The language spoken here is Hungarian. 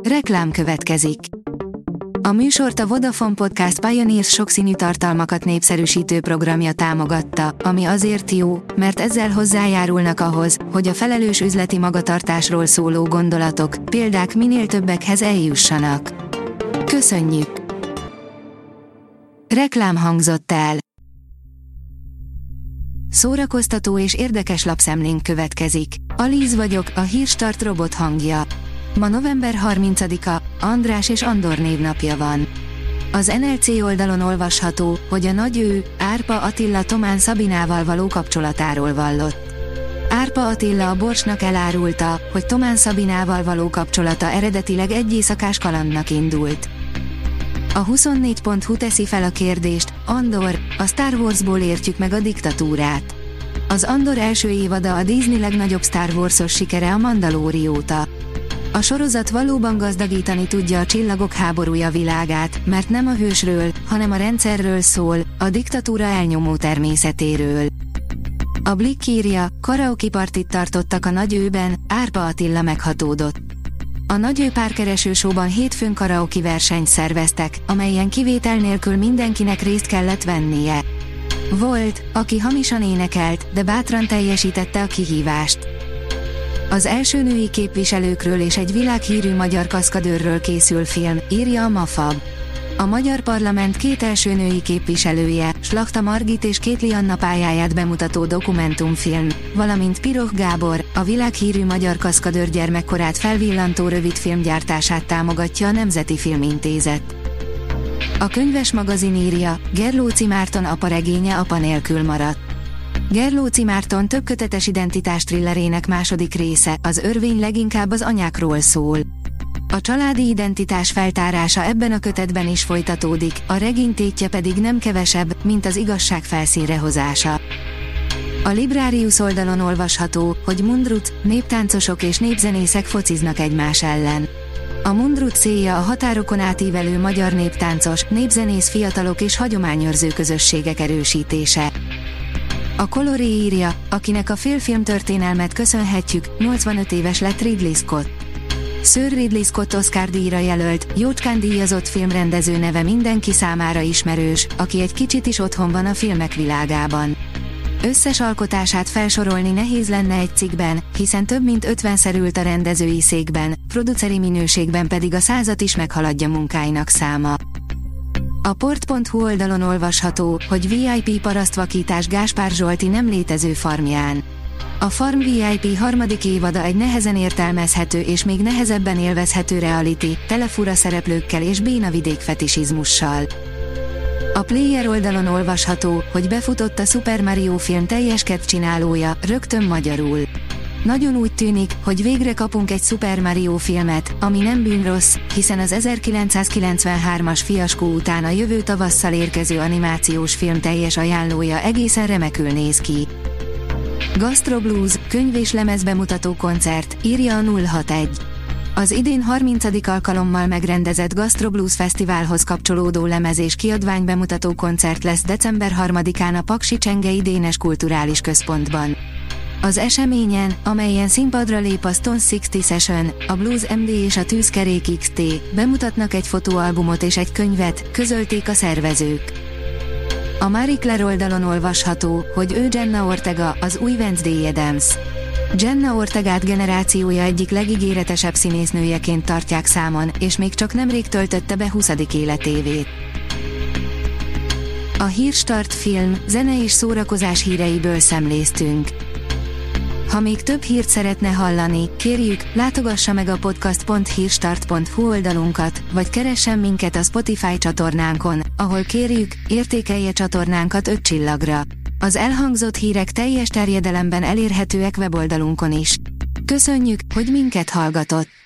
Reklám következik. A műsort a Vodafone Podcast Pioneers sokszínű tartalmakat népszerűsítő programja támogatta, ami azért jó, mert ezzel hozzájárulnak ahhoz, hogy a felelős üzleti magatartásról szóló gondolatok, példák minél többekhez eljussanak. Köszönjük! Reklám hangzott el. Szórakoztató és érdekes lapszemlénk következik. Alíz vagyok, a Hírstart robot hangja. Ma november 30-a, András és Andor névnapja van. Az NLC oldalon olvasható, hogy a nagy ő, Árpa Attila Tomán Szabinával való kapcsolatáról vallott. Árpa Attila a Borsnak elárulta, hogy Tomán Szabinával való kapcsolata eredetileg egy éjszakás kalandnak indult. A 24.hu teszi fel a kérdést, Andor, a Star Warsból értjük meg a diktatúrát. Az Andor első évada a Disney legnagyobb Star Wars-os sikere a Mandalórióta. A sorozat valóban gazdagítani tudja a Csillagok háborúja világát, mert nem a hősről, hanem a rendszerről szól, a diktatúra elnyomó természetéről. A Blick írja, karaoke partit tartottak a Nagyőben, Árpa Attila meghatódott. A Nagyő párkereső showban hétfőn karaoke versenyt szerveztek, amelyen kivétel nélkül mindenkinek részt kellett vennie. Volt, aki hamisan énekelt, de bátran teljesítette a kihívást. Az első női képviselőkről és egy világhírű magyar kaszkadőrről készül film, írja a Mafab. A magyar parlament két első női képviselője, Slachta Margit és Kétli Anna pályáját bemutató dokumentumfilm, valamint Piroh Gábor, a világhírű magyar kaszkadőr gyermekkorát felvillantó rövidfilm gyártását támogatja a Nemzeti Filmintézet. A Könyves magazin írja, Gerlóci Márton apa regénye apa nélkül maradt. Gerlóci Márton többkötetes identitás thrillerének második része, az örvény leginkább az anyákról szól. A családi identitás feltárása ebben a kötetben is folytatódik, a regény tétje pedig nem kevesebb, mint az igazság felszínre hozása. A Librarius oldalon olvasható, hogy Mundrut, néptáncosok és népzenészek fociznak egymás ellen. A Mundrut célja a határokon átívelő magyar néptáncos, népzenész fiatalok és hagyományőrző közösségek erősítése. A Coloré írja, akinek a félfilm történelmet köszönhetjük, 85 éves lett Ridley Scott. Sir Ridley Scott Oscar-díjra jelölt, jócskán díjazott filmrendező neve mindenki számára ismerős, aki egy kicsit is otthon van a filmek világában. Összes alkotását felsorolni nehéz lenne egy cikkben, hiszen több mint 50-szer ült a rendezői székben, produceri minőségben pedig a 100-at is meghaladja munkáinak száma. A port.hu oldalon olvasható, hogy VIP parasztvakítás Gáspár Zsolti nem létező farmján. A Farm VIP harmadik évada egy nehezen értelmezhető és még nehezebben élvezhető reality, tele fura szereplőkkel és béna vidékfetisizmussal. A Player oldalon olvasható, hogy befutott a Super Mario film teljes kedvcsinálója, rögtön magyarul. Nagyon úgy tűnik, hogy végre kapunk egy Super Mario filmet, ami nem bűnrossz, hiszen az 1993-as fiaskó után a jövő tavasszal érkező animációs film teljes ajánlója egészen remekül néz ki. Gastro Blues, könyv és lemez bemutató koncert, írja a 061. Az idén 30. alkalommal megrendezett Gastro Blues Fesztiválhoz kapcsolódó lemez és kiadvány bemutató koncert lesz december 3-án a Paksi Csengei Dénes Kulturális Központban. Az eseményen, amelyen színpadra lép a Stone 60 Session, a Blues MD és a Tűzkerék XT, bemutatnak egy fotóalbumot és egy könyvet, közölték a szervezők. A Marie Claire oldalon olvasható, hogy ő Jenna Ortega, az új Wednesday Addams. Jenna Ortegát generációja egyik legígéretesebb színésznőjeként tartják számon, és még csak nemrég töltötte be 20. életévét. A Hírstart film, zene és szórakozás híreiből szemléztünk. Ha még több hírt szeretne hallani, kérjük, látogassa meg a podcast.hírstart.hu oldalunkat, vagy keressen minket a Spotify csatornánkon, ahol kérjük, értékelje csatornánkat 5 csillagra. Az elhangzott hírek teljes terjedelemben elérhetőek weboldalunkon is. Köszönjük, hogy minket hallgatott!